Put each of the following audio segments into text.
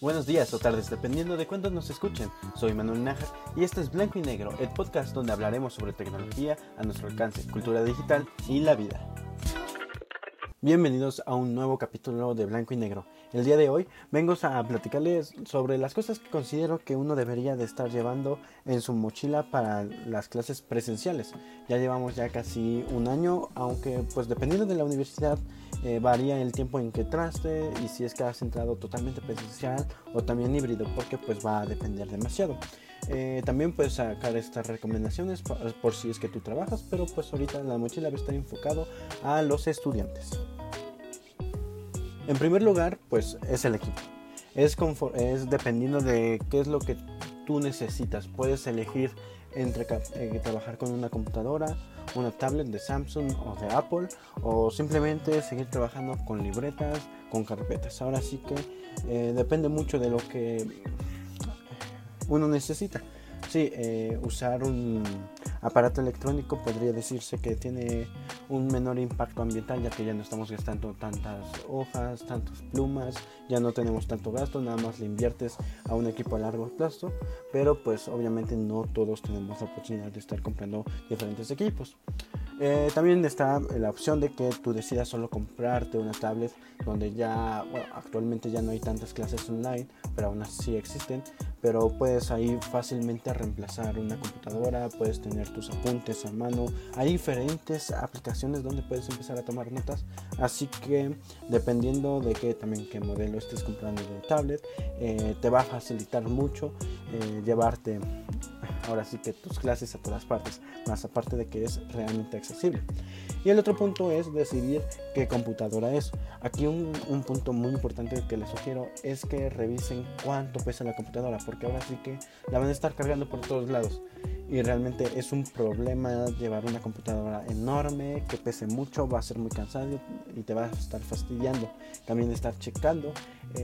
Buenos días o tardes, dependiendo de cuándo nos escuchen. Soy Manuel Nájar y esto es Blanco y Negro, el podcast donde hablaremos sobre tecnología a nuestro alcance, cultura digital y la vida. Bienvenidos a un nuevo capítulo de Blanco y Negro. El día de hoy vengo a platicarles sobre las cosas que considero que uno debería de estar llevando en su mochila para las clases presenciales. Ya llevamos ya casi un año, aunque pues dependiendo de la universidad varía el tiempo en que traste y si es que has entrado totalmente presencial o también híbrido, porque pues va a depender demasiado. También puedes sacar estas recomendaciones por si es que tú trabajas, pero pues ahorita la mochila va a estar enfocado a los estudiantes. En primer lugar, pues es el equipo. Es dependiendo de qué es lo que tú necesitas. Puedes elegir entre trabajar con una computadora, una tablet de Samsung o de Apple, o simplemente seguir trabajando con libretas, con carpetas. Ahora sí que depende mucho de lo que uno necesita. Sí, usar un aparato electrónico podría decirse que tiene un menor impacto ambiental, ya que ya no estamos gastando tantas hojas, tantas plumas, ya no tenemos tanto gasto, nada más le inviertes a un equipo a largo plazo, pero pues obviamente no todos tenemos la oportunidad de estar comprando diferentes equipos. También está la opción de que tú decidas solo comprarte una tablet donde ya, bueno, actualmente ya no hay tantas clases online, pero aún así existen, pero puedes ahí fácilmente reemplazar una computadora, puedes tener tus apuntes a mano, hay diferentes aplicaciones donde puedes empezar a tomar notas, así que dependiendo de qué modelo estés comprando de tablet, te va a facilitar mucho llevarte ahora sí que tus clases a todas partes, más aparte de que es realmente accesible. Y el otro punto es decidir qué computadora es. Aquí un punto muy importante que les sugiero es que revisen cuánto pesa la computadora, porque ahora sí que la van a estar cargando por todos lados. Y realmente es un problema llevar una computadora enorme que pese mucho, va a ser muy cansado y te va a estar fastidiando. También estar checando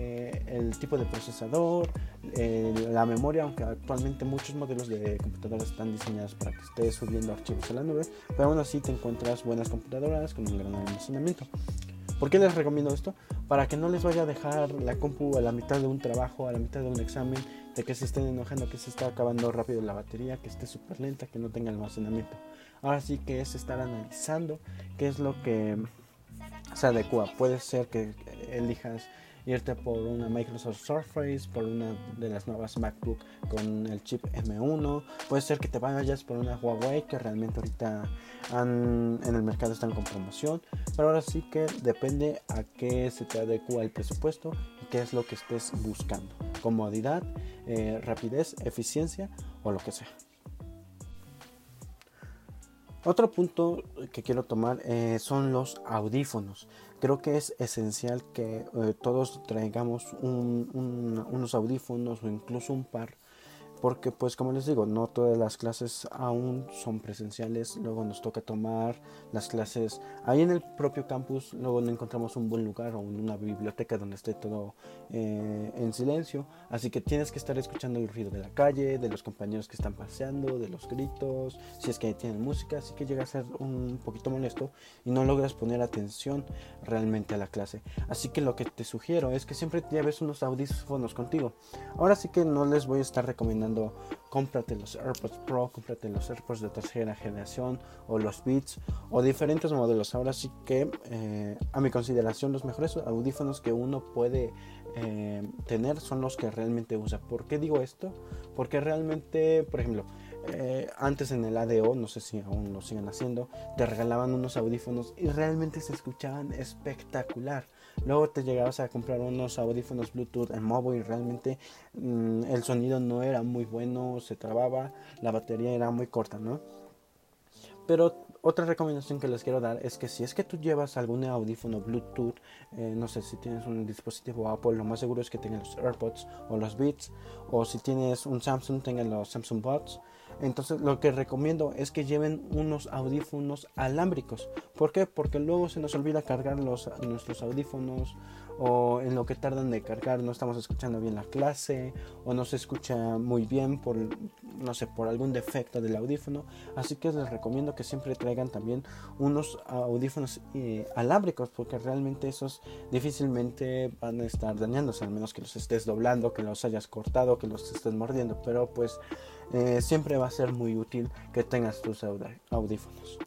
el tipo de procesador, la memoria, aunque actualmente muchos modelos de computadoras están diseñados para que estés subiendo archivos a la nube, pero aún así te encuentras buenas computadoras con un gran almacenamiento. ¿Por qué les recomiendo esto? Para que no les vaya a dejar la compu a la mitad de un trabajo, a la mitad de un examen, de que se estén enojando, que se está acabando rápido la batería, que esté súper lenta, que no tenga almacenamiento. Ahora sí que es estar analizando qué es lo que se adecua. Puede ser que elijas irte por una Microsoft Surface, por una de las nuevas MacBook con el chip M1. Puede ser que te vayas por una Huawei, que realmente ahorita en el mercado están con promoción. Pero ahora sí que depende a qué se te adecua el presupuesto y qué es lo que estés buscando. Comodidad, rapidez, eficiencia o lo que sea. Otro punto que quiero tomar son los audífonos. Creo que es esencial que todos traigamos unos audífonos o incluso un par, porque pues como les digo, no todas las clases aún son presenciales. Luego nos toca tomar las clases ahí en el propio campus, luego no encontramos un buen lugar o una biblioteca donde esté todo en silencio, así que tienes que estar escuchando el ruido de la calle, de los compañeros que están paseando, de los gritos, si es que tienen música, así que llega a ser un poquito molesto y no logras poner atención realmente a la clase. Así que lo que te sugiero es que siempre lleves unos audífonos contigo. Ahora sí que no les voy a estar recomendando cómprate los AirPods Pro, cómprate los AirPods de tercera generación o los Beats o diferentes modelos. Ahora sí que a mi consideración los mejores audífonos que uno puede tener son los que realmente usa. ¿Por qué digo esto? Porque realmente, por ejemplo, antes en el ADO, no sé si aún lo siguen haciendo, te regalaban unos audífonos y realmente se escuchaban espectacular. Luego te llegabas a comprar unos audífonos Bluetooth en móvil y realmente el sonido no era muy bueno, se trababa, la batería era muy corta, ¿no? Pero otra recomendación que les quiero dar es que si es que tú llevas algún audífono Bluetooth, no sé si tienes un dispositivo Apple, lo más seguro es que tengan los AirPods o los Beats, o si tienes un Samsung, tengan los Samsung Buds. Entonces lo que recomiendo es que lleven unos audífonos alámbricos. ¿Por qué? Porque luego se nos olvida cargar nuestros audífonos o en lo que tardan de cargar no estamos escuchando bien la clase, o no se escucha muy bien por, no sé, por algún defecto del audífono. Así que les recomiendo que siempre traigan también unos audífonos alámbricos, porque realmente esos difícilmente van a estar dañándose, al menos que los estés doblando, que los hayas cortado, que los estés mordiendo. Pero pues siempre va a ser muy útil que tengas tus audífonos.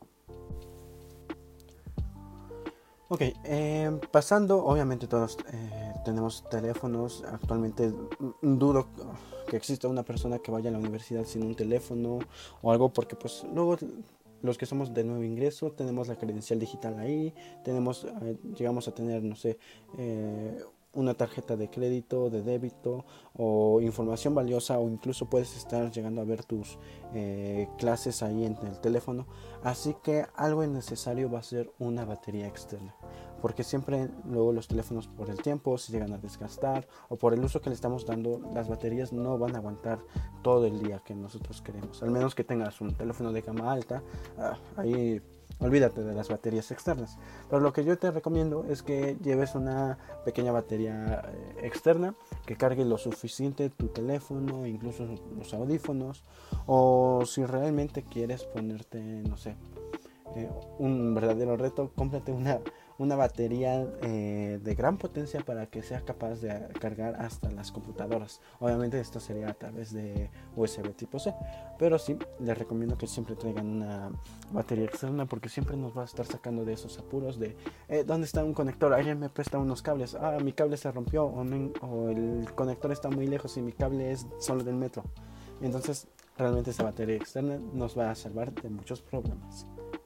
Ok, pasando, obviamente todos tenemos teléfonos. Actualmente dudo que exista una persona que vaya a la universidad sin un teléfono o algo, porque pues luego los que somos de nuevo ingreso tenemos la credencial digital ahí, llegamos a tener, no sé, una tarjeta de crédito, de débito o información valiosa, o incluso puedes estar llegando a ver tus clases ahí en el teléfono. Así que algo innecesario va a ser una batería externa, porque siempre luego los teléfonos, por el tiempo, se llegan a desgastar, o por el uso que le estamos dando, las baterías no van a aguantar todo el día que nosotros queremos. Al menos que tengas un teléfono de gama alta, ahí olvídate de las baterías externas. Pero lo que yo te recomiendo es que lleves una pequeña batería externa que cargue lo suficiente tu teléfono, incluso los audífonos. O si realmente quieres ponerte, no sé, un verdadero reto, cómprate una batería de gran potencia para que sea capaz de cargar hasta las computadoras. Obviamente esto sería a través de USB tipo C, pero sí les recomiendo que siempre traigan una batería externa, porque siempre nos va a estar sacando de esos apuros de ¿dónde está un conector? Alguien me presta unos cables, mi cable se rompió, o el conector está muy lejos y mi cable es solo del metro. Entonces realmente esa batería externa nos va a salvar de muchos problemas.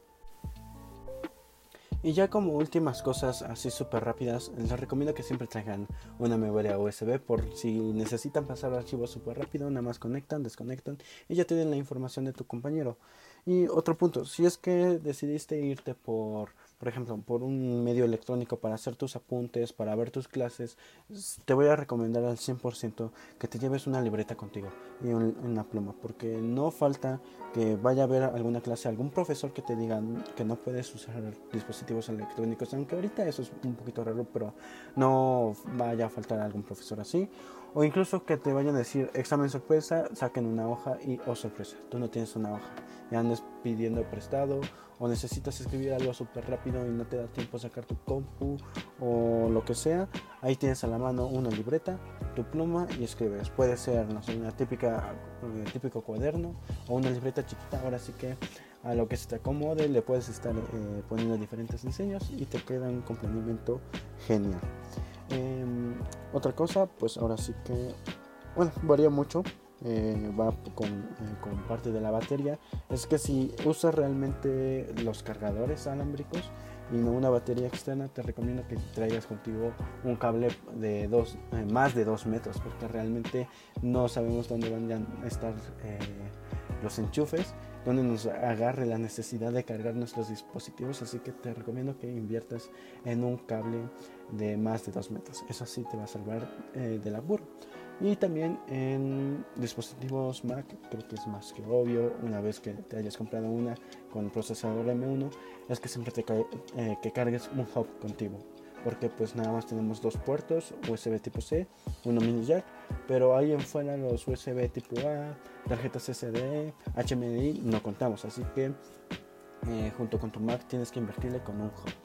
Y ya como últimas cosas así súper rápidas, les recomiendo que siempre traigan una memoria USB, por si necesitan pasar archivos súper rápido, nada más conectan, desconectan y ya tienen la información de tu compañero. Y otro punto, si es que decidiste irte por ejemplo, por un medio electrónico para hacer tus apuntes, para ver tus clases, te voy a recomendar al 100% que te lleves una libreta contigo y una pluma, porque no falta que vaya a haber alguna clase, algún profesor que te diga que no puedes usar dispositivos electrónicos, aunque ahorita eso es un poquito raro, pero no vaya a faltar algún profesor así. O incluso que te vayan a decir examen sorpresa, saquen una hoja y sorpresa, tú no tienes una hoja y andes pidiendo prestado, o necesitas escribir algo súper rápido y no te da tiempo a sacar tu compu o lo que sea. Ahí tienes a la mano una libreta, tu pluma y escribes. Puede ser, no sé, típico cuaderno o una libreta chiquita. Ahora sí que a lo que se te acomode le puedes estar poniendo diferentes diseños y te queda un complemento genial. Otra cosa, pues ahora sí que, bueno, varía mucho. Va con parte de la batería. Es que si usas realmente los cargadores alámbricos y no una batería externa, te recomiendo que traigas contigo un cable de más de 2 metros, porque realmente no sabemos dónde van a estar los enchufes, donde nos agarre la necesidad de cargar nuestros dispositivos. Así que te recomiendo que inviertas en un cable de más de 2 metros. Eso sí te va a salvar del apuro. Y también en dispositivos Mac, creo que es más que obvio, una vez que te hayas comprado una con procesador M1, es que siempre que cargues un hub contigo, porque pues nada más tenemos 2 puertos, USB tipo C, uno mini jack, pero ahí en fuera los USB tipo A, tarjetas SD, HDMI no contamos, así que junto con tu Mac tienes que invertirle con un hub.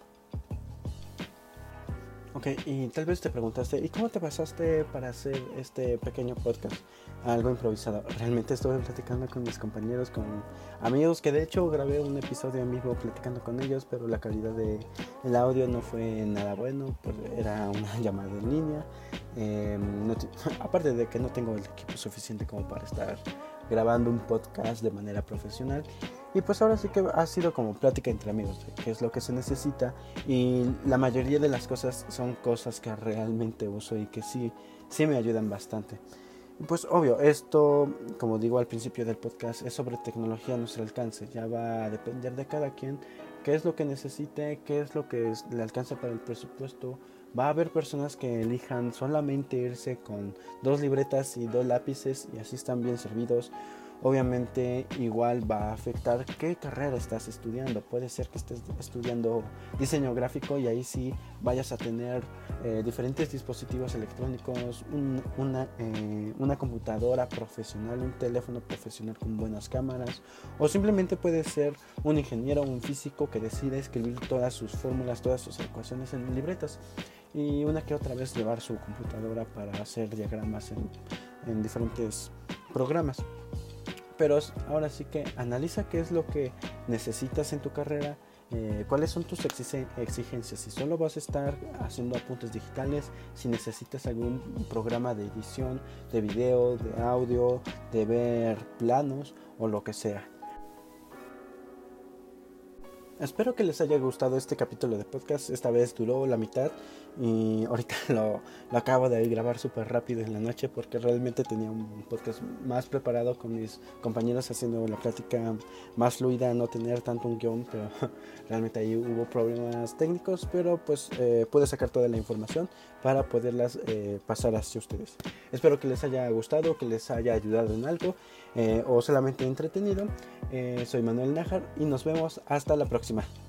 Ok, y tal vez te preguntaste, ¿y cómo te pasaste para hacer este pequeño podcast? Algo improvisado. Realmente estuve platicando con mis compañeros, con amigos, que de hecho grabé un episodio en vivo platicando con ellos, pero la calidad del audio no fue nada bueno, pues era una llamada en línea. Aparte de que no tengo el equipo suficiente como para estar grabando un podcast de manera profesional. Y pues ahora sí que ha sido como plática entre amigos, que es lo que se necesita, y la mayoría de las cosas son cosas que realmente uso y que sí me ayudan bastante. Y pues obvio, esto, como digo al principio del podcast, es sobre tecnología a nuestro alcance. Ya va a depender de cada quien qué es lo que necesite, qué es lo que le alcanza para el presupuesto. Va a haber personas que elijan solamente irse con 2 libretas y 2 lápices y así están bien servidos. obviamente igual va a afectar qué carrera estás estudiando. Puede ser que estés estudiando diseño gráfico y ahí sí vayas a tener diferentes dispositivos electrónicos, una computadora profesional, un teléfono profesional con buenas cámaras, o simplemente puede ser un ingeniero o un físico que decide escribir todas sus fórmulas, todas sus ecuaciones en libretas y una que otra vez llevar su computadora para hacer diagramas en diferentes programas. Pero ahora sí que analiza qué es lo que necesitas en tu carrera, cuáles son tus exigencias, si solo vas a estar haciendo apuntes digitales, si necesitas algún programa de edición, de video, de audio, de ver planos o lo que sea. Espero que les haya gustado este capítulo de podcast. Esta vez duró la mitad y ahorita lo acabo de grabar súper rápido en la noche porque realmente tenía un podcast más preparado con mis compañeros haciendo la plática más fluida, no tener tanto un guión, pero realmente ahí hubo problemas técnicos, pero pues pude sacar toda la información para poderlas pasar hacia ustedes. Espero que les haya gustado, que les haya ayudado en algo o solamente entretenido. Soy Manuel Nájar y nos vemos hasta la próxima.